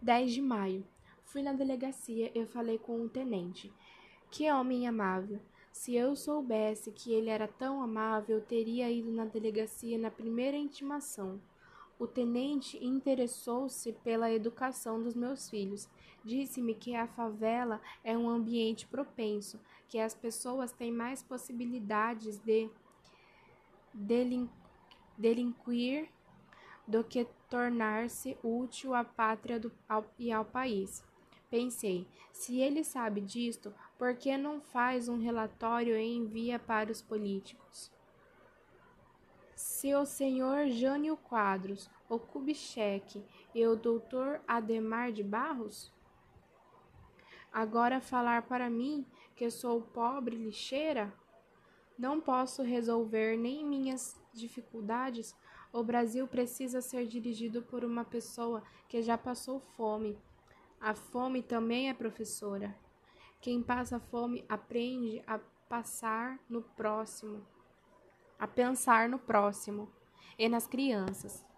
10 de maio. Fui na delegacia e falei com o tenente. Que homem amável! Se eu soubesse que ele era tão amável, teria ido na delegacia na primeira intimação. O tenente interessou-se pela educação dos meus filhos. Disse-me que a favela é um ambiente propenso, que as pessoas têm mais possibilidades de delinquir do que tornar-se útil à pátria e ao país. Pensei, se ele sabe disto, por que não faz um relatório e envia para os políticos? Se o senhor Jânio Quadros, o Kubitschek e o doutor Adhemar de Barros? Agora falar para mim, que sou pobre lixeira? Não posso resolver nem minhas dificuldades. O Brasil precisa ser dirigido por uma pessoa que já passou fome. A fome também é professora. Quem passa fome aprende a pensar no próximo e nas crianças.